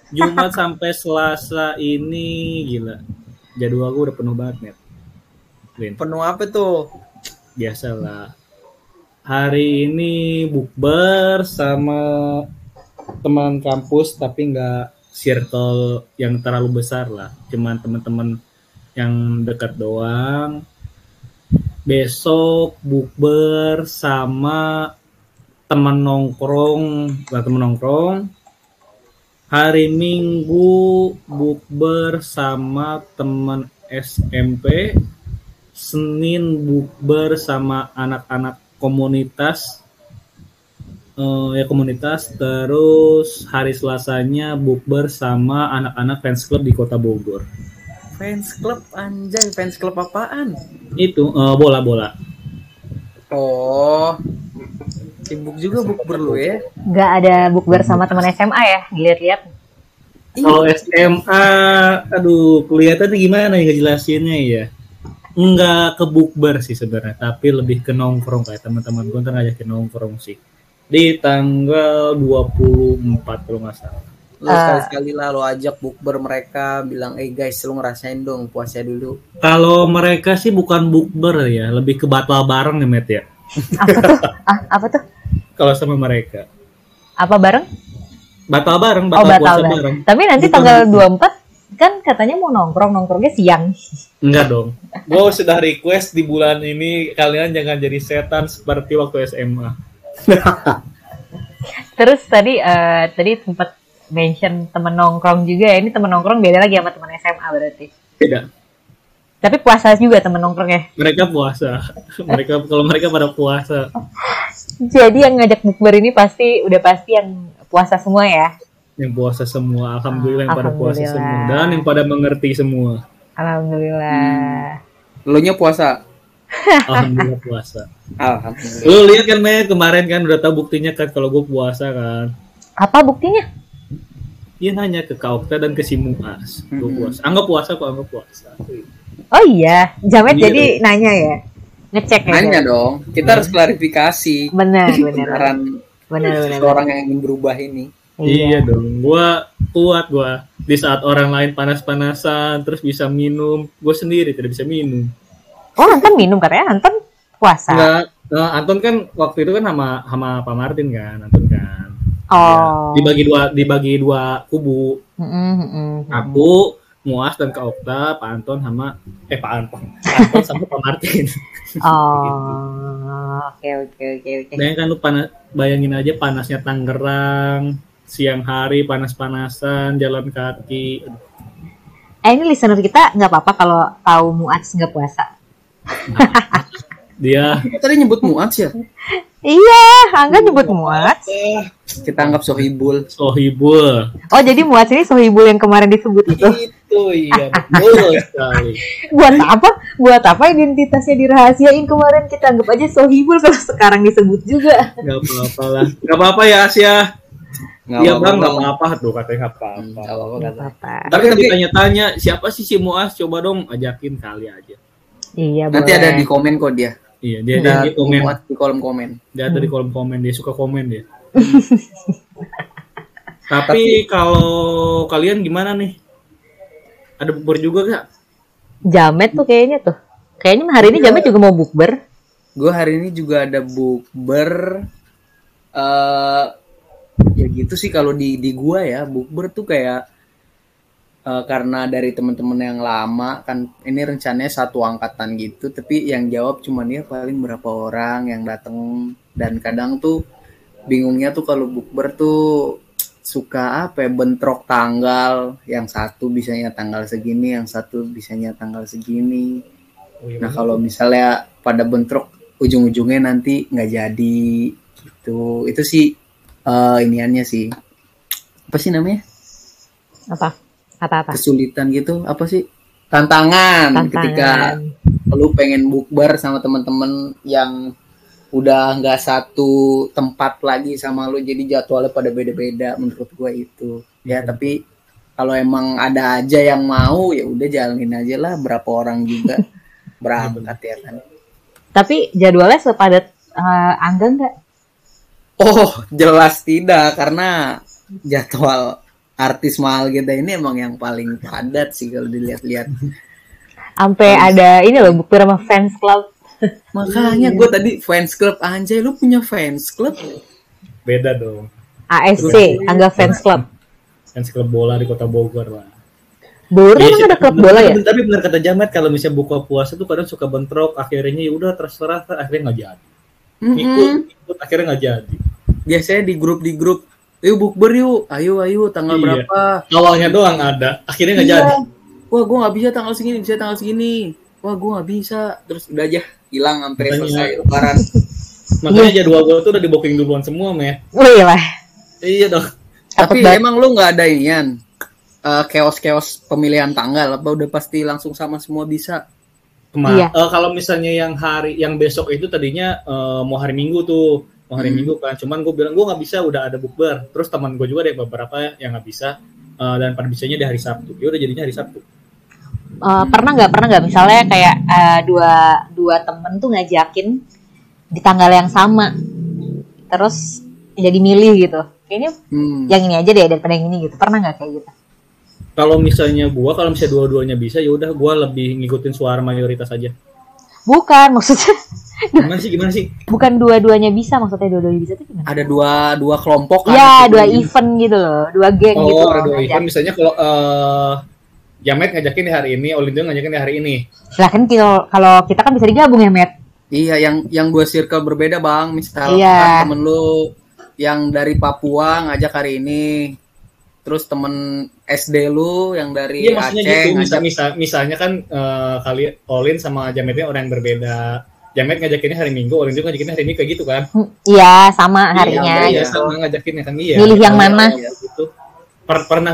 Jumat sampai Selasa ini gila. Jadwal gue udah penuh banget, Net. Win. Penuh apa tuh? Biasalah. Hari ini bukber sama teman kampus tapi nggak circle yang terlalu besar lah. Cuman teman-teman yang dekat doang. Besok bukber sama teman nongkrong, lah teman nongkrong. Hari Minggu bukber sama teman SMP. Senin bukber sama anak-anak komunitas. Ya komunitas. Terus hari Selasanya bukber sama anak-anak fans club di Kota Bogor. Fans club anjay, fans club apaan? Itu bola-bola. Oh. Sibuk juga bukber lu ya. Nggak ada bukber sama teman SMA ya, dilihat-lihat. Kalau SMA, aduh, kelihatan gimana ya ngejelasinnya ya. Enggak ke bukber sih sebenarnya, tapi lebih ke nongkrong kayak teman-teman gue ntar ngajakin nongkrong sih. Di tanggal 24 kalau nggak salah. Lu sekali-sekali lah lo ajak bukber mereka, bilang guys lu ngerasain dong puasa dulu. Kalau mereka sih bukan bukber ya, lebih ke batal bareng ya Met ya. Apa tuh? Apa tuh? Kalau sama mereka. Apa bareng? Batal bareng, Oh, batal batal puasa bareng. bareng. Tapi nanti Bukan tanggal bukber. 24 kan katanya mau nongkrongnya siang. Enggak dong. Gue sudah request di bulan ini kalian jangan jadi setan seperti waktu SMA. Terus tadi sempat mention temen nongkrong juga ya. Ini temen nongkrong beda lagi sama temen SMA berarti. Beda. Tapi puasa juga temen nongkrongnya. Mereka puasa. Kalau mereka pada puasa. Jadi yang ngajak bukber ini udah pasti yang puasa semua ya. Yang puasa semua, alhamdulillah yang pada puasa Alhamdulillah. semua dan yang pada mengerti semua. Alhamdulillah. Lu nya puasa? Alhamdulillah puasa. Alhamdulillah. Lu lihat kan Met kemarin kan udah tahu buktinya kan kalau gue puasa kan. Apa buktinya? Dia nanya ke Kak Okta dan ke si Muas. Gue puasa. Anggap puasa kok, anggap puasa. Oh iya, Jamet Iya jadi nanya ya. Ngecek ya. Nanya Jamet? dong, kita harus klarifikasi Benar. beneran Benar. seorang yang ingin berubah ini. Iya dong, gue kuat gue. Di saat orang lain panas-panasan, terus bisa minum, gue sendiri tidak bisa minum. Oh, Anton minum katanya. Anton puasa. Enggak, Anton kan waktu itu kan sama Pak Martin kan, Anton kan. Oh. Ya, dibagi dua kubu. Aku, Muas dan Kak Okta, Pak Anton sama Pak Anton sama Pak Martin. Oh, oke. Dan kan lu bayangin aja panasnya Tangerang, siang hari panas-panasan, jalan kaki. Ini listener kita nggak apa-apa kalau tahu Muats nggak puasa. Dia Tadi nyebut Muats ya? Iya, Angga nyebut Muats. Kita anggap sohibul. sohibul. Oh, jadi Muats ini sohibul yang kemarin disebut itu. Itu iya betul sekali. Buat apa identitasnya dirahasiain kemarin? Kita anggap aja sohibul kalau sekarang disebut juga. Gak apa-apa lah. Gak apa-apa ya Asia. Iya bang, gak apa-apa tuh katanya gak apa-apa. Gak apa-apa kata. Apa? Tapi ditanya-tanya siapa sih si Muas? Coba dong ajakin kali aja. Iya, Nanti boleh. ada di komen kok dia. Iya dia Ada komen. Muats di kolom komen. Dia ada di kolom komen, dia suka komen dia. Tapi kalau kalian gimana nih? Ada bukber juga gak? Jamet tuh kayaknya tuh. Kayaknya hari ini Jamet juga mau bukber. Gue hari ini juga ada bukber. Ya gitu sih kalau di gua ya, bukber tuh kayak karena dari teman-teman yang lama kan ini rencananya satu angkatan gitu, tapi yang jawab cuma dia paling berapa orang yang datang, dan kadang tuh bingungnya tuh kalau bukber tuh suka apa ya, bentrok tanggal, yang satu bisanya tanggal segini, yang satu bisanya tanggal segini. Nah kalau misalnya pada bentrok ujung-ujungnya nanti nggak jadi gitu, itu sih iniannya sih, apa sih namanya, Apa? kesulitan gitu, apa sih, tantangan ketika lu pengen bukber sama teman-teman yang udah nggak satu tempat lagi sama lu, jadi jadwalnya pada beda-beda. Menurut gue itu ya, tapi kalau emang ada aja yang mau ya udah jalanin aja lah, berapa orang juga berangkat ya kan. Tapi jadwalnya sepadat Angga nggak? Oh jelas tidak, karena jadwal artis mahal kita ini emang yang paling padat sih kalau dilihat-lihat. Sampai ada ini loh bukber sama fans club. Makanya gue tadi fans club, anjay lu punya fans club? Beda dong. ASC, Angga Fans Club. Fans klub bola di Kota Bogor lah. Bogor Iya emang sih, ada klub bola ya? Tapi benar kata Jamet, kalau misalnya buka puasa tuh kadang suka bentrok, akhirnya ya udah terserah, akhirnya nggak jadi. Ikut akhirnya nggak jadi. Biasanya di grup, yuk bukber yuk, ayo tanggal Iya. berapa? Awalnya doang ada, akhirnya nggak Iya. jadi. Wah gue nggak bisa tanggal segini, Wah gue nggak bisa, terus udah aja hilang sampai Makanya. selesai lebaran. Makanya jadwal gue tuh udah di booking duluan semua, Met. Wih lah. Iya dong. Tapi banget. emang lu nggak ada inian chaos pemilihan tanggal, apa udah pasti langsung sama semua bisa? Iya. Kalau misalnya yang besok itu tadinya mau hari Minggu tuh, mau hari Minggu kan. Cuman gue bilang gue nggak bisa, udah ada bukber. Terus teman gue juga ada beberapa yang nggak bisa, dan pada bisanya di hari Sabtu. Ya udah jadinya hari Sabtu. Pernah nggak misalnya kayak dua temen tuh ngajakin di tanggal yang sama, terus jadi milih gitu. Kayaknya yang ini aja deh daripada yang ini gitu. Pernah nggak kayak gitu? Kalau misalnya dua-duanya bisa, ya udah gue lebih ngikutin suara mayoritas aja. Bukan, maksudnya Gimana sih? bukan dua-duanya bisa, maksudnya dua-duanya bisa tuh gimana? Ada dua kelompok kan? Ya, dua event gitu loh, dua geng gitu. Oh, ada dua ngajak. event. Misalnya kalau Jamet ngajakin di hari ini, Olindo ngajakin di hari ini. Lah kan kalau kita kan bisa digabung ya, Met. Iya, yang dua circle berbeda bang. Misalkan Iya. temen lu yang dari Papua ngajak hari ini, terus temen SD lu yang dari Iya, maksudnya Aceh gitu. ngajak. Misalnya kan kali Olin sama Jametnya orang yang berbeda. Jamet ngajakinnya hari Minggu, Olindo ngajakinnya hari ini kayak gitu kan? Iya, sama harinya. Iya, gitu. sama ngajakinnya kan iya. Milih yang mana? Gitu. Pernah.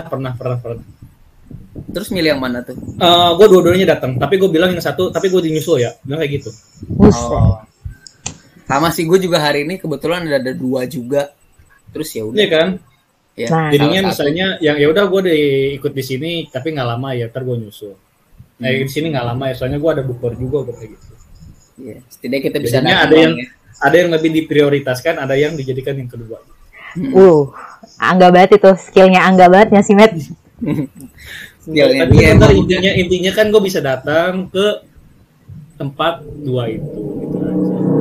Terus milih yang mana tuh? Gue dua-duanya datang, tapi gue bilang yang satu, tapi gue nyusul ya, bilang kayak gitu. Buset. Oh. Sama sih gue juga hari ini kebetulan ada dua juga. Terus ya udah. Iya kan? Ya, Nah. Jadinya salah satu. misalnya yang ya udah gue ikut di sini, tapi nggak lama ya, ntar gue nyusul. Nah di sini nggak lama ya, soalnya gue ada bukber juga gue kayak gitu. Iya, setidaknya kita bisa Jadinya datang, ada yang lebih diprioritaskan, ada yang dijadikan yang kedua. Angga banget itu, skillnya Angga banget nggak sih, Met? Skillnya Tapi dia ntar emang intinya kan gue bisa datang ke tempat dua itu. Gitu aja.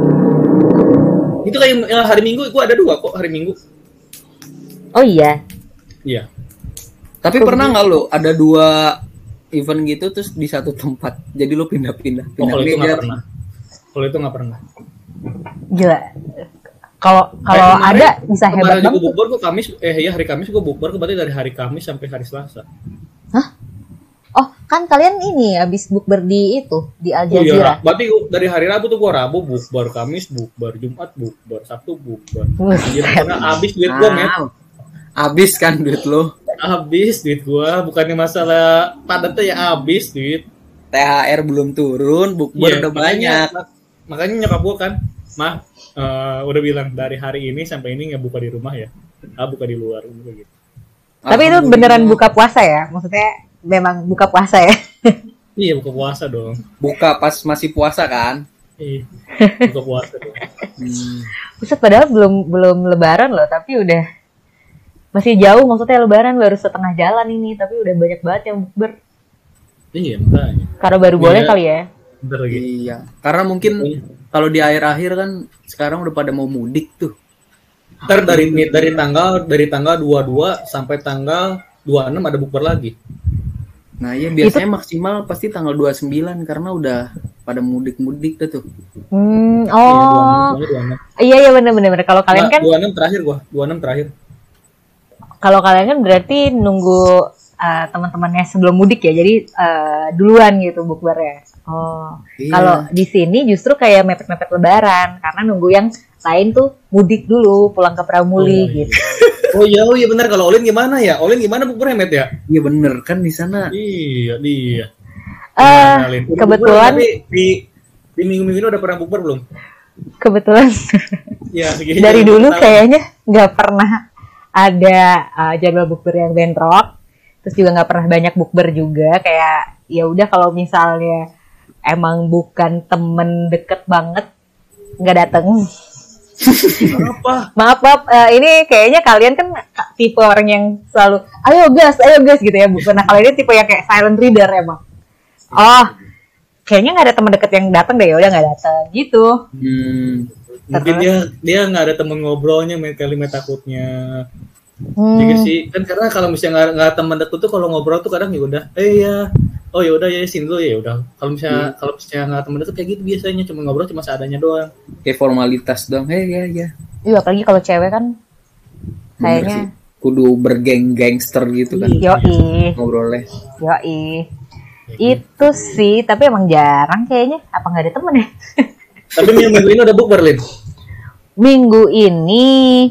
Itu kayak hari Minggu, gue ada dua kok hari Minggu. Oh iya. Iya. Tapi pernah nggak lo ada dua event gitu terus di satu tempat, jadi lo pindah-pindah. Oh, kalau itu Pindah-pindah. nggak pernah. Kalau itu nggak pernah. Gila. Kalau Kayak kemarin- ada bisa hebat Kemarin banget. gue bukber, gue Kamis, hari Kamis gue bukber, berarti dari hari Kamis sampai hari Selasa. Oh, kan kalian ini habis bukber di itu, di Al Oh iya, Jazeera. berarti dari hari Rabu tuh gue Rabu bukber, Kamis bukber, Jumat bukber, Sabtu bukber. Buset. Jadi karena habis duit gue, Met. Abis kan duit lo. Habis duit gue, bukannya masalah padatnya ya habis duit. THR belum turun, bukber Iya, udah banyak. Makanya nyokap gue kan, mah udah bilang dari hari ini sampai ini nggak buka di rumah ya, buka di luar gitu. Tapi itu beneran buka puasa ya? Maksudnya memang buka puasa ya? Iya buka puasa dong. Buka pas masih puasa kan? Iya, buka puasa dong. Buset, padahal belum lebaran loh, tapi udah masih jauh, maksudnya lebaran baru setengah jalan ini, tapi udah banyak banget yang bukber. Iya makanya. Karena baru boleh Iya. kali ya. Bentar lagi. Iya. Karena mungkin kalau di akhir-akhir kan sekarang udah pada mau mudik tuh. Ntar dari tanggal 22 sampai tanggal 26 ada bukber lagi. Nah, iya biasanya maksimal pasti tanggal 29 karena udah pada mudik-mudik tuh. Oh, iya bener. Kalau kalian kan, 26 terakhir gua, 26 terakhir. kalau kalian kan berarti nunggu teman-temannya sebelum mudik ya, jadi duluan gitu bukbernya. Oh, Iya. kalau di sini justru kayak mepet-mepet lebaran karena nunggu yang lain tuh mudik dulu, pulang ke Pramuli gitu. Oh iya benar, kalau Olin gimana ya? Olin gimana bukbernya, Met ya? Iya bener kan di sana. Iya. Gimana, Eh, Olin? kebetulan Tapi di minggu-minggu ini udah pernah bukber belum? kebetulan Iya, segini dari aja, dulu tahu. kayaknya nggak pernah ada jadwal bukber yang bentrok, terus juga nggak pernah banyak bukber juga. Kayak ya udah kalau misalnya emang bukan temen deket banget nggak dateng. Maaf, ini kayaknya kalian kan tipe orang yang selalu ayo gas gitu ya. Bukan, nah kalian ini tipe yang kayak silent reader emang. Oh, kayaknya nggak ada teman deket yang datang deh, ya udah nggak datang gitu. Mungkin dia nggak ada temen ngobrolnya, kalimat takutnya. Jadi sih kan, karena kalau misalnya nggak teman deket tuh kalau ngobrol tuh kadang ya udah ya udah ya sini dulu ya udah. Kalau misalnya nggak teman deket kayak gitu biasanya cuma ngobrol cuma seadanya doang. Kayak formalitas doang. Ya. Iya, apalagi kalau cewek kan kayaknya kudu bergeng-gangster gitu kan. Yoi. Ngobrolnya. Yoi. Itu sih, tapi emang jarang kayaknya. Apa nggak ada temen ya? Tapi minggu ini udah bukber, Lin? Minggu ini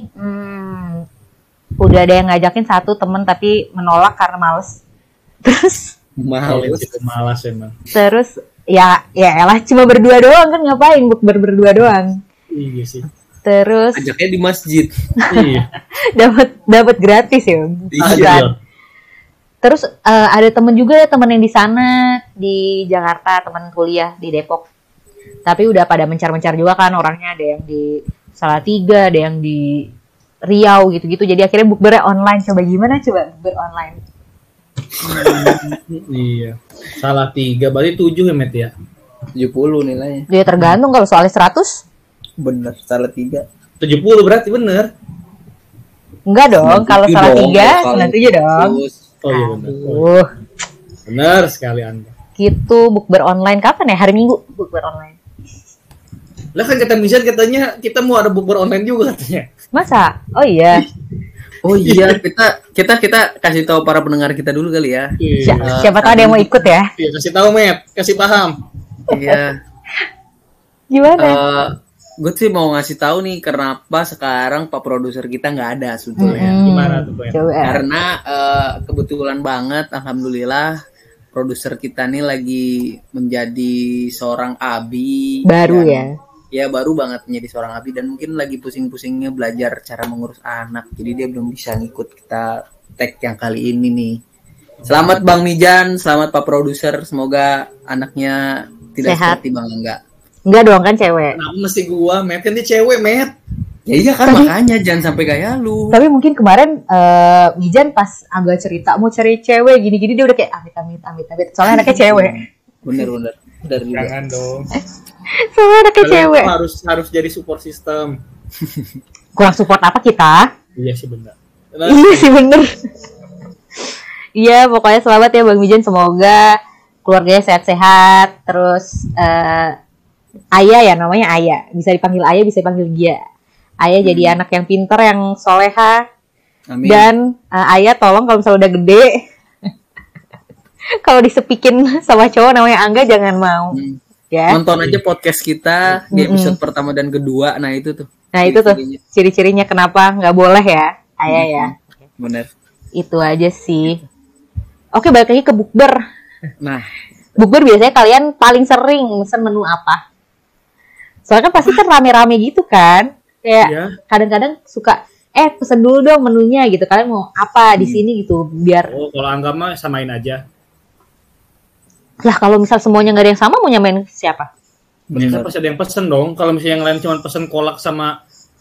udah ada yang ngajakin satu temen tapi menolak karena males. Terus malas emang. Terus ya elah cuma berdua doang kan, ngapain bukber berdua doang. Iya sih. Terus ajaknya di masjid. Iya. dapat gratis ya. Iya. Terus ada temen yang di sana di Jakarta, teman kuliah di Depok. Tapi udah pada mencar-mencar juga kan orangnya, ada yang di Salatiga, ada yang di Riau gitu-gitu. Jadi akhirnya bukbernya online. Coba gimana bukber online? Iya. Salatiga berarti 7 ya, Met ya? 70 nilainya. Dia tergantung, kalau soalnya 100. Bener, Salatiga. 70 berarti bener. Enggak dong, kalau Salatiga 97 dong. Oh iya benar. Benar sekali Anda. Gitu, bukber online kapan ya? Hari Minggu bukber online. Lah kan kata Misan katanya kita mau ada bukber online juga katanya. Masa? Oh iya. Oh iya, kita kasih tahu para pendengar kita dulu kali ya. Siapa tahu ada yang mau ikut ya? Iya, kasih tahu Met, kasih paham. Iya. Gimana? Gue sih mau ngasih tahu nih kenapa sekarang Pak produser kita nggak ada sebetulnya. Gimana tuh, Pak? Karena kebetulan banget, alhamdulillah produser kita nih lagi menjadi seorang abi. Baru ya? Ya baru banget menjadi seorang abi dan mungkin lagi pusing-pusingnya belajar cara mengurus anak. Jadi dia belum bisa ngikut kita tag yang kali ini nih. Selamat Bang Mijan, selamat Pak produser. Semoga anaknya tidak sehat. Seperti Bang Angga. Enggak dong, kan cewek. Kenapa mesti gua, Met? Kan dia cewek, Met. Ya iya kan, makanya jangan sampai kayak lu. Tapi mungkin kemarin Mijan pas agak cerita mau cari cewek gini-gini, dia udah kayak amit. Soalnya anaknya cewek. Bener. Jangan dong. Soalnya anaknya cewek. Harus jadi support system. Kurang support apa kita? Iya sih benar. Iya sih bener. Iya, pokoknya selamat ya Bang Mijan, semoga keluarganya sehat-sehat. Terus Ayah ya, namanya Ayah. Bisa dipanggil Ayah, bisa dipanggil Gia. Ayah jadi anak yang pintar, yang soleha. Amin. Dan Ayah tolong kalau misalnya udah gede, kalau disepikin sama cowok namanya Angga jangan mau. Ya. Nonton aja podcast kita di episode pertama dan kedua. Nah itu tuh. Nah itu tuh ciri-cirinya kenapa nggak boleh ya, Ayah ya. Bener. Itu aja sih. Oke, balik lagi ke bukber. Nah, bukber biasanya kalian paling sering mesen menu apa? Soalnya kan pasti kan rame-rame gitu kan. Kayak kadang-kadang suka pesen dulu dong menunya gitu. Kalian mau apa di sini gitu biar. Oh, kalau Angga mah samain aja. Lah kalau misal semuanya nggak ada yang sama, mau nyamain siapa? Biasanya pasti ada yang pesen dong. Kalau misalnya yang lain cuma pesen kolak sama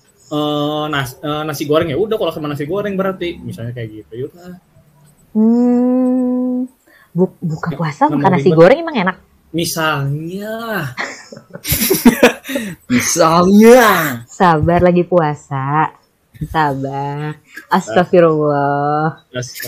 nasi goreng, ya udah kolak sama nasi goreng berarti. Misalnya kayak gitu. Yaudah. Buka puasa makan nasi goreng emang enak? Misalnya. Sabar lagi puasa. Sabar. Astagfirullah.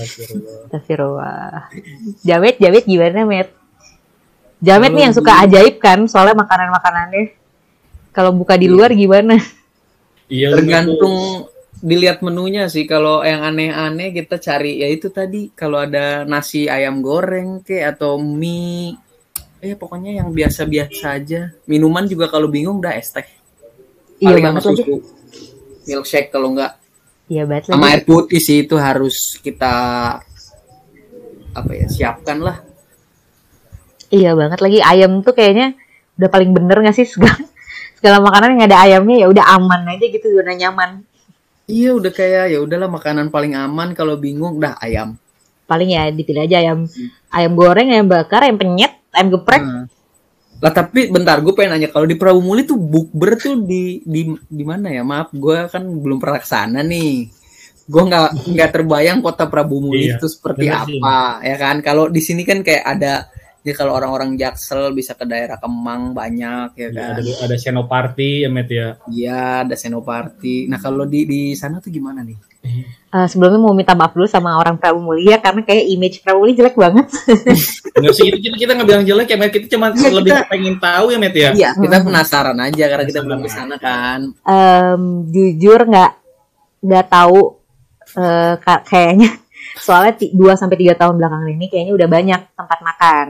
Jamet gimana, Met? Jamet nih yang suka ajaib kan, soalnya makanan-makanannya. Kalau buka di luar gimana? Iya, tergantung dilihat menunya sih. Kalau yang aneh-aneh kita cari ya itu tadi, kalau ada nasi ayam goreng atau mie, pokoknya yang biasa-biasa aja. Minuman juga kalau bingung udah es teh. Iya banget lagi. Milkshake kalau enggak. Iya banget lagi. Sama air putih sih itu harus kita siapkan lah. Iya banget lagi, ayam tuh kayaknya udah paling bener nggak sih segala makanan yang ada ayamnya ya udah aman aja gitu, udah nyaman. Iya udah kayak ya udahlah makanan paling aman, kalau bingung dah ayam. Paling ya dipilih aja ayam goreng, ayam bakar, ayam penyet, ayam geprek. Lah tapi bentar, gue pengen nanya, kalau di Prabu Muli tuh bukber tuh di mana ya? Maaf, gue kan belum pernah kesana nih. Gue nggak terbayang kota Prabu Muli itu seperti apa, ya kan? Kalau di sini kan kayak ada, ya kalau orang-orang Jaksel bisa ke daerah Kemang banyak, ya kan? Ada Senoparty ya, Met ya. Iya, ada Senoparty. Nah kalau di sana tuh gimana nih? Sebelumnya mau minta maaf dulu sama orang Prabu Muli ya, karena kayak image Prabu Muli jelek banget. Enggak sih, kita nggak bilang jelek ya, Met. Kita cuma lebih pengen tahu ya, Met ya. Iya, kita penasaran aja karena kita belum kesana kan. Jujur nggak tahu, kayaknya soalnya 2-3 tahun belakangan ini kayaknya udah banyak tempat makan.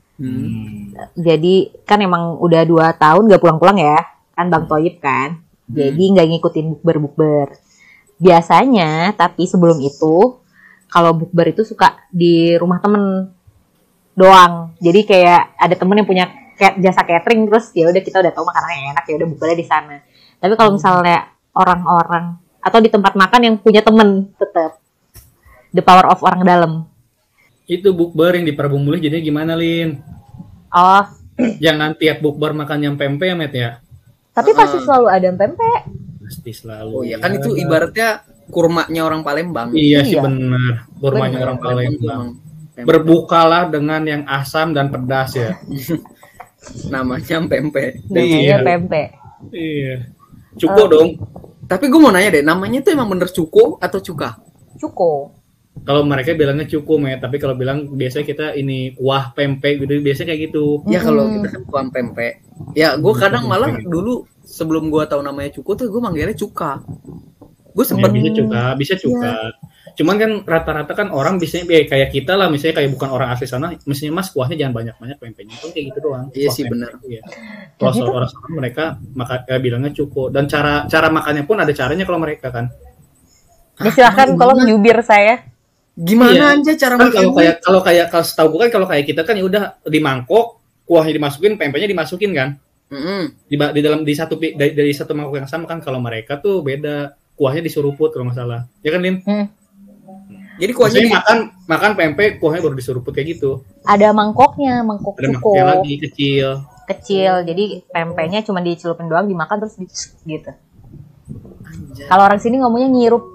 Jadi kan emang udah 2 tahun gak pulang-pulang ya, kan Bang Toyib kan. Jadi nggak ngikutin bukber. Biasanya, tapi sebelum itu kalau bukber itu suka di rumah temen doang. Jadi kayak ada temen yang punya jasa catering, terus ya udah kita udah tahu makanannya enak, ya udah bukbernya di sana. Tapi kalau misalnya orang-orang atau di tempat makan yang punya temen, tetap the power of orang dalam. Itu bukber yang di Prabu Muli jadinya gimana, Lin? Oh, jangan tiap bukber makan yang pempek ya, Met ya. Tapi pasti selalu ada pempek. Pasti selalu. Oh iya, kan itu ibaratnya kurmanya orang Palembang. Iya sih, benar. Kurmanya orang Palembang. Berbukalah dengan yang asam dan pedas ya. Namanya pempek. Namanya pempek. Iya. Cuko dong. Tapi gue mau nanya deh, namanya tuh emang bener cuko atau cuka? Cuko. Kalau mereka bilangnya cuko, Met. Tapi kalau bilang biasanya kita ini kuah pempek gitu, biasanya kayak gitu. Ya kalau kita kan kuah pempek. Ya gue kadang malah dulu sebelum gue tahu namanya cuko tuh gue manggilnya cuka. Gue sempet bisa cuka. Ya. Cuman kan rata-rata kan orang biasanya kayak kita lah, misalnya kayak bukan orang asli sana, misalnya Mas kuahnya jangan banyak-banyak pempeknya, kan kayak gitu doang. Iya sih benar. Ya. Kalau orang sana mereka bilangnya cuko, dan cara makannya pun ada caranya kalau mereka kan. Ya, silahkan tolong jubir saya. Gimana aja cara makannya? Kalau setahu gue kan kalau kayak kita kan ya udah di mangkok, kuahnya dimasukin, pempeknya dimasukin kan. Di dalam dari satu mangkok yang sama kan. Kalau mereka tuh beda, kuahnya disuruput kalau nggak salah. Ya kan, Lin? Jadi kuahnya makan pempek, kuahnya baru disuruput kayak gitu. Ada mangkoknya, mangkok ada cuko. Ada lagi kecil. Jadi pempeknya cuma dicelupin doang, dimakan terus gitu. Kalau orang sini ngomongnya ngirup.